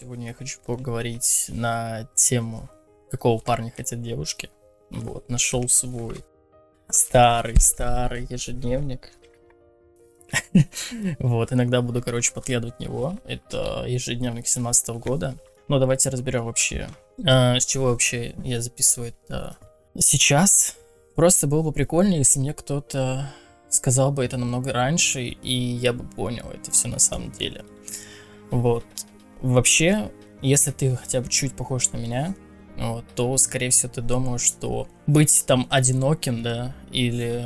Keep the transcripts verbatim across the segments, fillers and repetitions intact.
Сегодня я хочу поговорить на тему, какого парня хотят девушки. Вот, нашел свой старый-старый ежедневник. Вот, иногда буду, короче, подглядывать него. Это ежедневник семнадцатого года. Но давайте разберем вообще, а, с чего вообще я записываю это сейчас. Просто было бы прикольно, если мне кто-то сказал бы это намного раньше, и я бы понял это все на самом деле. Вот. Вообще, если ты хотя бы чуть похож на меня, вот, то, скорее всего, ты думаешь, что быть там одиноким, да, или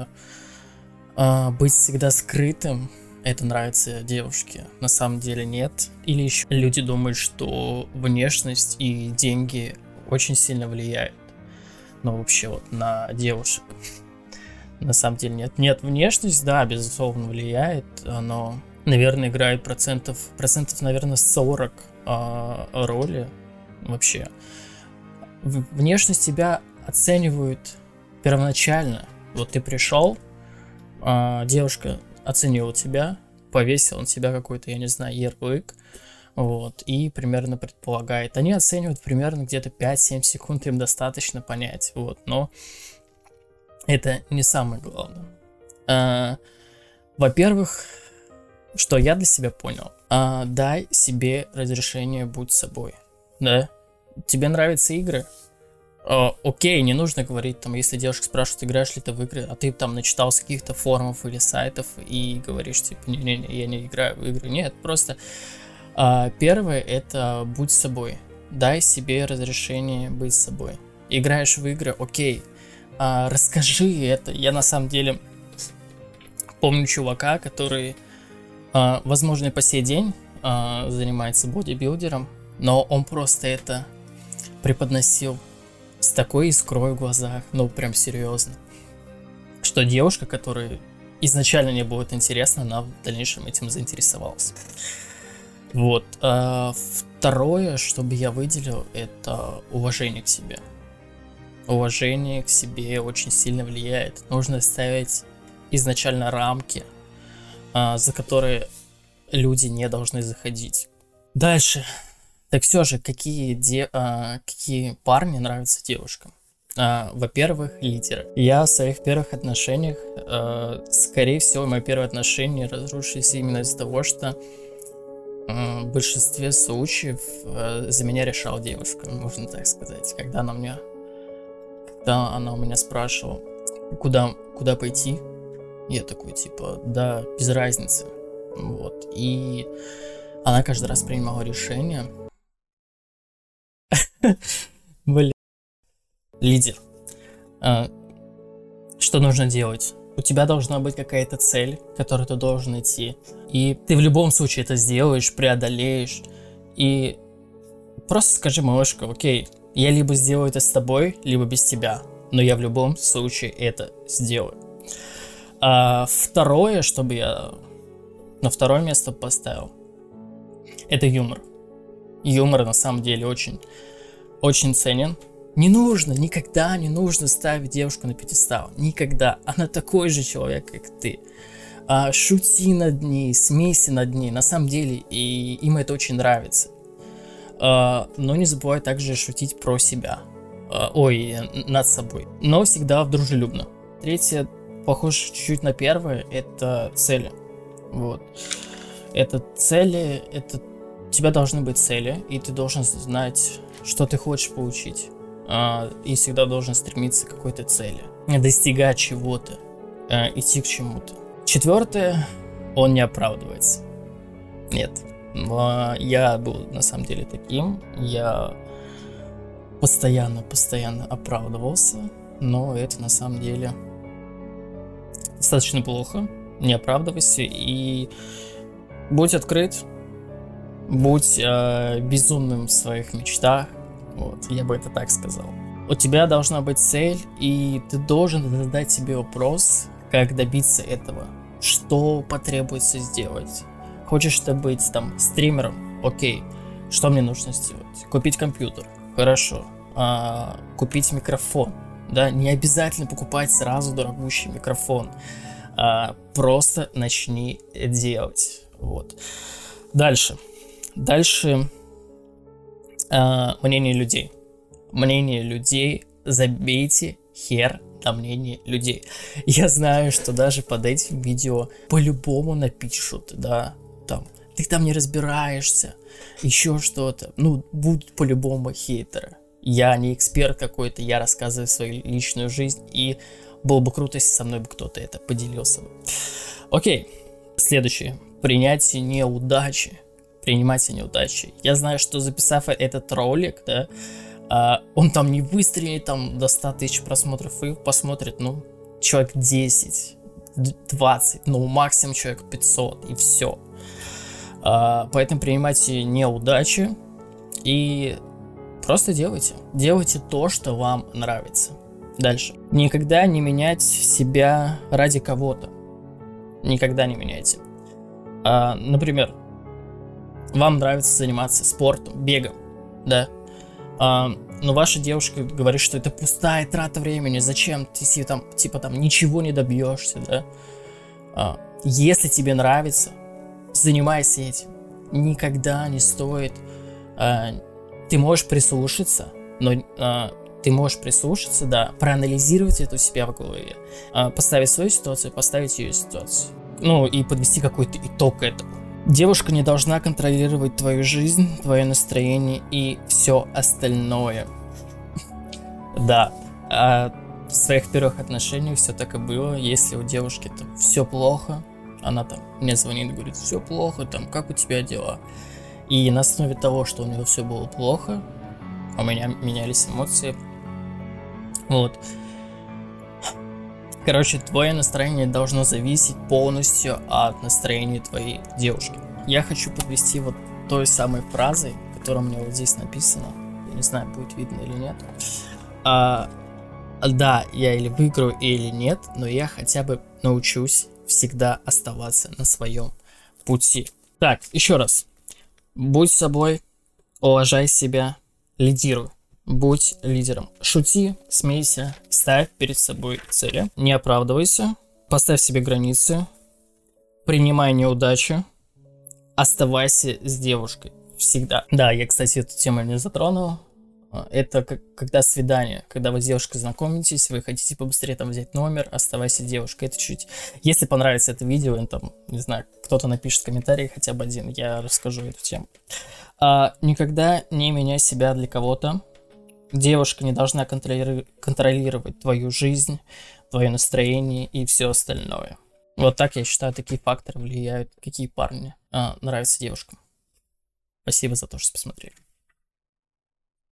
а, быть всегда скрытым, это нравится девушке. На самом деле нет. Или еще люди думают, что внешность и деньги очень сильно влияют. Ну, вообще, вот, на девушек. На самом деле нет. Нет, внешность, да, безусловно, влияет, но, наверное, играет процентов, процентов, наверное, сорок а, роли вообще. В, внешность тебя оценивают первоначально. Вот ты пришел, а, девушка оценила тебя, повесила на тебя какой-то, я не знаю, ярлык, вот, и примерно предполагает. Они оценивают примерно где-то пять-семь секунд, им достаточно понять, вот, но это не самое главное. А, во-первых, что я для себя понял, а, дай себе разрешение быть собой, да? Тебе нравятся игры? А, окей, не нужно говорить, там, если девушка спрашивает, играешь ли ты в игры, а ты там начитался каких-то форумов или сайтов и говоришь, типа, не-не-не, я не играю в игры. Нет, просто а, первое, это будь собой. Дай себе разрешение быть собой. Играешь в игры, окей. А, расскажи это. Я на самом деле помню чувака, который, а, возможно, и по сей день а, занимается бодибилдером, но он просто это преподносил с такой искрой в глазах, ну прям серьезно, что девушка, которой изначально не было это интересно, она в дальнейшем этим заинтересовалась. Вот. А, второе, что бы я выделил, это уважение к себе. Уважение к себе очень сильно влияет. Нужно ставить изначально рамки, а, за которые люди не должны заходить. Дальше. Так все же, какие, де, а, какие парни нравятся девушкам? А, во-первых, лидеры. Я в своих первых отношениях, а, скорее всего, мои первые отношения разрушились именно из-за того, что а, в большинстве случаев а, за меня решала девушка, можно так сказать. Когда она мне, когда она у меня спрашивала, куда, куда пойти, я такой, типа, да, без разницы. Вот. И она каждый раз принимала решение. Блин. Лидер. А, что нужно делать? У тебя должна быть какая-то цель, к которой ты должен идти. И ты в любом случае это сделаешь, преодолеешь. И просто скажи, малышка, окей, я либо сделаю это с тобой, либо без тебя. Но я в любом случае это сделаю. А второе, чтобы я на второе место поставил, это юмор. Юмор на самом деле очень, очень ценен. Не нужно, никогда не нужно ставить девушку на пьедестал. Никогда. Она такой же человек, как ты. А, шути над ней, смейся над ней. На самом деле, и им это очень нравится. А, но не забывай также шутить про себя. А, ой, над собой. Но всегда дружелюбно. Третье, похоже чуть-чуть на первое, это цели. Вот. Это цели, это... У тебя должны быть цели, и ты должен знать, что ты хочешь получить. А, и всегда должен стремиться к какой-то цели. Достигать чего-то. А, идти к чему-то. Четвертое, он не оправдывается. Нет. А, я был на самом деле таким. Я постоянно-постоянно оправдывался. Но это на самом деле достаточно плохо. Не оправдывайся и будь открыт. Будь э, безумным в своих мечтах, вот, я бы это так сказал. У тебя должна быть цель, и ты должен задать себе вопрос, как добиться этого. Что потребуется сделать? Хочешь ты быть там стримером? Окей. Что мне нужно сделать? Купить компьютер. Хорошо. А, купить микрофон. Да, не обязательно покупать сразу дорогущий микрофон. А, просто начни делать. Вот. Дальше. Дальше А, мнение людей. Мнение людей. Забейте хер на мнение людей. Я знаю, что даже под этим видео по-любому напишут, да, там, ты там не разбираешься, еще что-то. Ну, будут по-любому хейтеры. Я не эксперт какой-то, я рассказываю свою личную жизнь, и было бы круто, если со мной бы кто-то это поделился. Окей, следующее. Принятие неудачи. Принимайте неудачи. Я знаю, что записав этот ролик, да, Uh, он там не выстрелит там до ста тысяч просмотров, и посмотрит, ну, человек десять, двадцать, ну, максимум человек пятьсот, и все. Uh, поэтому принимайте неудачи и просто делайте. Делайте то, что вам нравится. Дальше. Никогда не менять себя ради кого-то. Никогда не меняйте. Uh, например, вам нравится заниматься спортом, бегом, да? А, но ваша девушка говорит, что это пустая трата времени, зачем ты там, типа там ничего не добьешься, да? А, если тебе нравится, занимайся этим. Никогда не стоит. А, ты можешь прислушаться, но а, ты можешь прислушаться, да, проанализировать это у себя в голове, а, поставить свою ситуацию, поставить ее ситуацию, ну и подвести какой-то итог этому. Девушка не должна контролировать твою жизнь, твое настроение и все остальное. Да, а в своих первых отношениях все так и было. Если у девушки там все плохо, она там мне звонит и говорит, все плохо, там, как у тебя дела? И на основе того, что у нее все было плохо, у меня менялись эмоции. Вот. Короче, твое настроение должно зависеть полностью от настроения твоей девушки. Я хочу подвести вот той самой фразой, которая у меня вот здесь написана. Я не знаю, будет видно или нет. А, да, я или выиграю, или нет, но я хотя бы научусь всегда оставаться на своем пути. Так, еще раз. Будь собой, уважай себя, лидируй. Будь лидером. Шути, смейся, ставь перед собой цели. Не оправдывайся, поставь себе границы, принимай неудачи, оставайся с девушкой всегда. Да, я, кстати, эту тему не затронул. Это как, когда свидание, когда вы с девушкой знакомитесь, вы хотите побыстрее там взять номер, оставайся с девушкой. Это чуть... Если понравится это видео, там, не знаю, кто-то напишет в комментарии хотя бы один, я расскажу эту тему. А, никогда не меняй себя для кого-то. Девушка не должна контроли- контролировать твою жизнь, твое настроение и все остальное. Вот так, я считаю, такие факторы влияют, какие парни а, нравятся девушкам. Спасибо за то, что посмотрели.